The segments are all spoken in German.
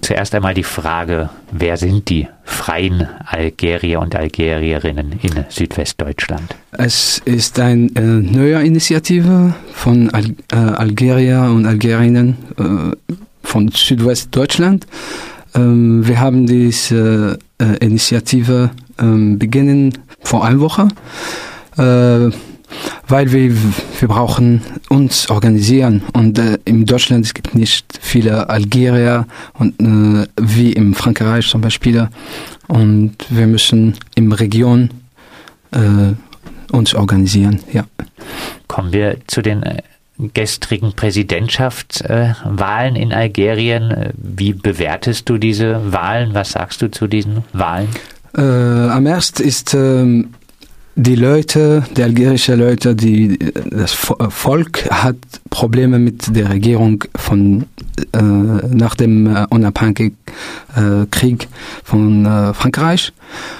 zuerst einmal die Frage, wer sind die freien Algerier und Algerierinnen in Südwestdeutschland? Es ist eine neue Initiative von Algerier und Algerierinnen von Südwestdeutschland. Wir haben diese Initiative beginnen vor einer Woche, weil wir brauchen uns organisieren und in Deutschland es gibt nicht viele Algerier und wie in Frankreich zum Beispiel und wir müssen in Region uns organisieren. Ja. Kommen wir zu den gestrigen Präsidentschaftswahlen in Algerien. Wie bewertest du diese Wahlen? Was sagst du zu diesen Wahlen? Am ersten ist die algerische Leute, das Volk hat Probleme mit der Regierung nach dem unabhängigen Krieg von Frankreich,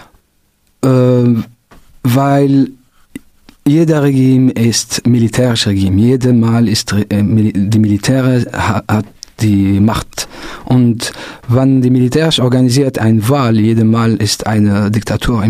weil jeder Regime ist militärisches Regime. Jedes Mal ist die Militäre hat die Macht. Und wenn die Militärs organisiert eine Wahl, jedes Mal ist eine Diktatur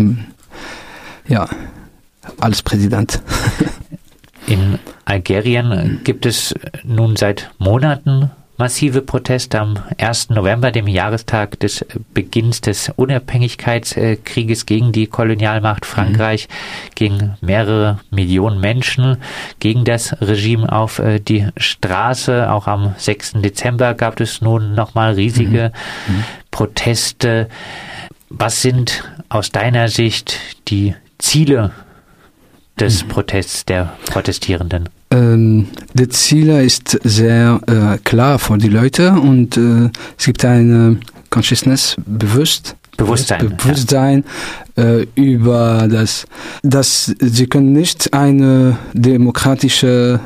als Präsident. In Algerien gibt es nun seit Monaten massive Proteste. Am 1. November, dem Jahrestag des Beginns des Unabhängigkeitskrieges gegen die Kolonialmacht Frankreich, gingen mehrere Millionen Menschen gegen das Regime auf die Straße. Auch am 6. Dezember gab es nun nochmal riesige Proteste. Was sind aus deiner Sicht die Ziele des Protests der Protestierenden? Die Ziele ist sehr klar für die Leute und es gibt eine Consciousness, Bewusstsein über dass sie können nicht eine demokratische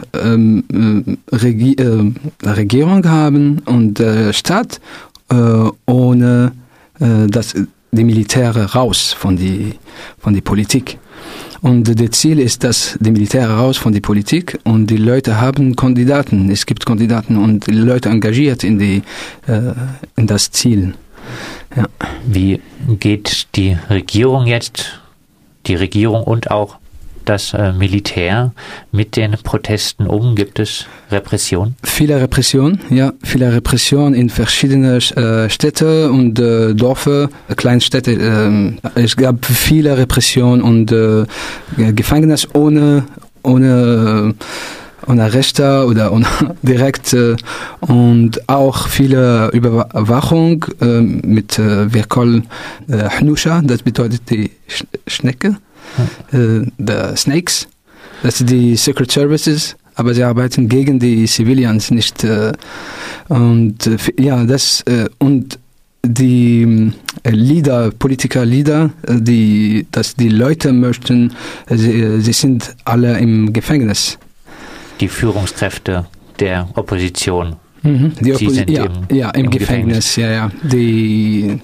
Regierung haben und Staat ohne dass die Militäre raus von die Politik. Und das Ziel ist, dass die Militäre raus von der Politik und die Leute haben Kandidaten. Es gibt Kandidaten und die Leute engagiert in das Ziel. Ja. Wie geht die Regierung und auch das Militär mit den Protesten um? Gibt es Repression? Viele Repression in verschiedenen Städte und Dörfer, Kleinstädte. Es gab viele Repression und Gefängnis ohne Rechte oder direkt und auch viele Überwachung mit Virkol Hnusha, das bedeutet die Schnecke. The Snakes, das sind die Secret Services, aber sie arbeiten gegen die Civilians nicht und die Politiker, dass die Leute möchten, sie sind alle im Gefängnis. Die Führungskräfte der Opposition. Sie sind im Gefängnis. Ja. Die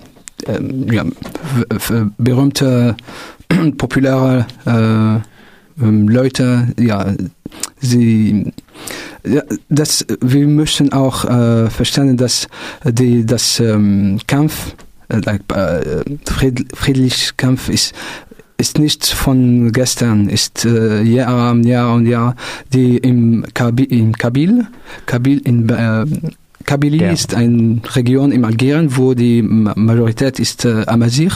berühmte populäre Leute, wir müssen auch verstehen, dass das Kampf, friedlicher Kampf ist nicht von gestern, ist Jahr und Jahr, die in Kabylie ist eine Region in Algerien, wo die Majorität ist Amazigh.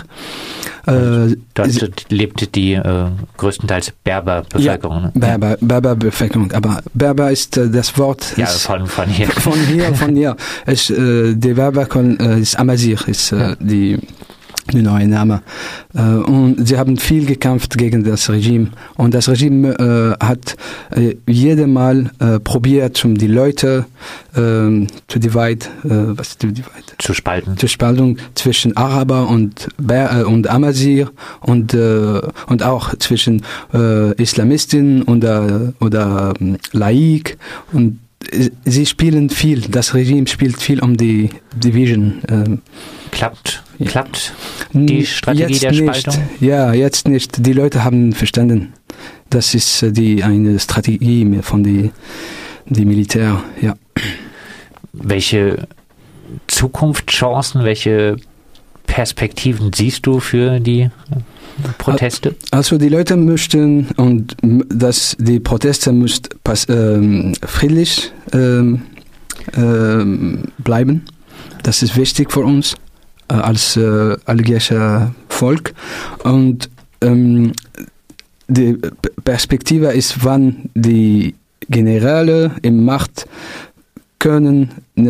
Dort lebt die größtenteils Berber-Bevölkerung. Ja, Berber-Bevölkerung. Aber Berber ist das Wort. Ja, von hier. Von hier. Die Berber ist Amazigh, ist die neue Name. Und sie haben viel gekämpft gegen das Regime. Und das Regime hat jedes Mal probiert, um die Leute zu spalten zwischen Araber und Amazigh und auch zwischen Islamisten oder Laik und sie spielen viel, das Regime spielt viel um die Division. Klappt die Strategie der Spaltung? Nicht. Ja, jetzt nicht. Die Leute haben verstanden, das ist eine Strategie von die Militär. Ja. Welche Zukunftschancen, welche Perspektiven siehst du für die Proteste? Also die Leute möchten, und dass die Proteste müssen friedlich bleiben. Das ist wichtig für uns als algerischer Volk. Und die Perspektive ist, wann die Generäle im Macht können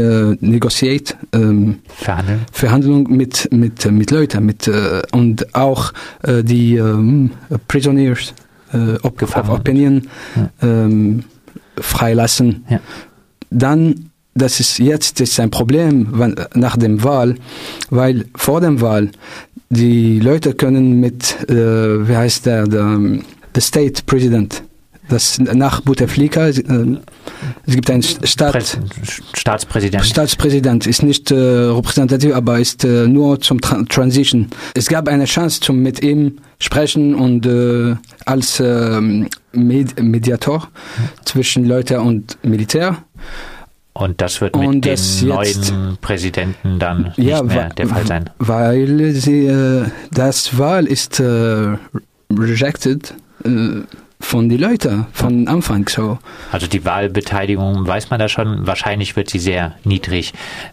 Verhandlungen mit Leuten, und auch die Prisoners of Opinion freilassen. Ja. Dann, das ist ein Problem nach dem Wahl, weil vor dem Wahl die Leute können mit, wie heißt der State President, das nach Bouteflika, es gibt einen Staatspräsident, ist nicht repräsentativ, aber ist nur zum Transition. Es gab eine Chance mit ihm sprechen und als Mediator zwischen Leute und Militär. Und das wird mit dem neuen Präsidenten dann nicht mehr der Fall sein. Weil das Wahl ist rejected von den Leuten von Anfang so. Also die Wahlbeteiligung, weiß man da schon, wahrscheinlich wird sie sehr niedrig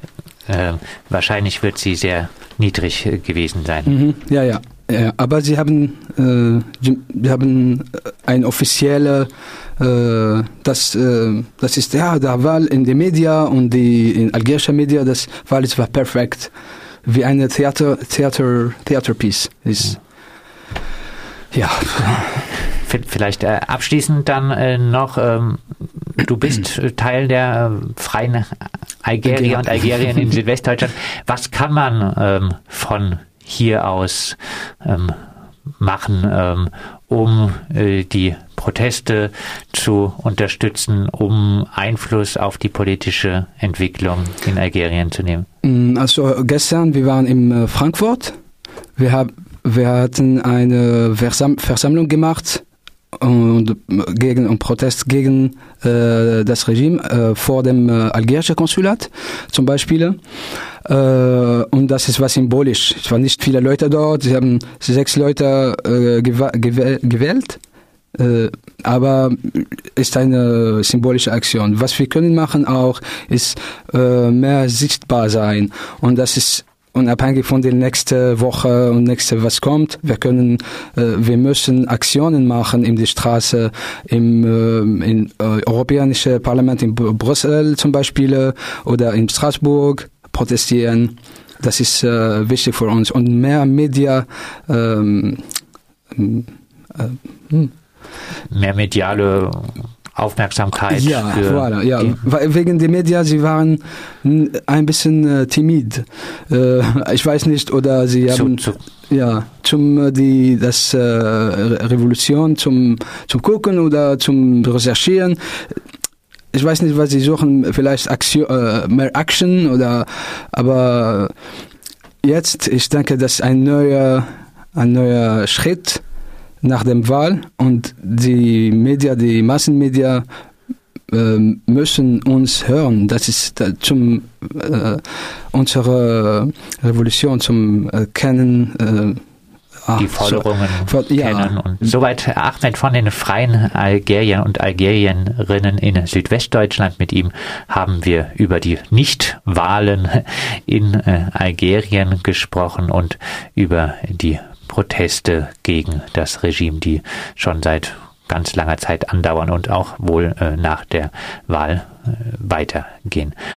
gewesen sein. Ja, aber sie haben ein offizielle, das ist der Wahl in den Medien und in algerischen Medien, das Wahl war perfekt, wie eine Theaterpiece ist. Ja. Vielleicht abschließend dann noch, du bist Teil der Freien Algerier und Algerien in Südwestdeutschland. Was kann man von hier aus machen, um die Proteste zu unterstützen, um Einfluss auf die politische Entwicklung in Algerien zu nehmen? Also gestern, wir waren in Frankfurt. Wir hatten eine Versammlung gemacht und Protest gegen das Regime vor dem algerischen Konsulat zum Beispiel. Und das ist was symbolisch. Es waren nicht viele Leute dort, sie haben 6 Leute gewählt, aber ist eine symbolische Aktion. Was wir können machen auch, ist mehr sichtbar sein, und das ist unabhängig von der nächsten Woche und was kommt. Wir müssen Aktionen machen in der Straße, im Europäischen Parlament in Brüssel zum Beispiel oder in Straßburg protestieren. Das ist wichtig für uns. Und mehr Media, mehr mediale Aufmerksamkeit. Ja, voilà, ja. Wegen der Medien, sie waren ein bisschen timid. Ich weiß nicht, oder sie haben das Revolution zum Gucken oder zum Recherchieren. Ich weiß nicht, was sie suchen, vielleicht mehr Action aber jetzt, ich denke, das ist ein neuer Schritt nach dem Wahl, und die Massenmedien müssen uns hören. Das ist unsere Revolution zum Kennen. Die Forderungen kennen. Und soweit Ahmed von den Freien Algeriern und Algerierinnen in Südwestdeutschland. Mit ihm haben wir über die Nichtwahlen in Algerien gesprochen und über die Proteste gegen das Regime, die schon seit ganz langer Zeit andauern und auch wohl nach der Wahl weitergehen.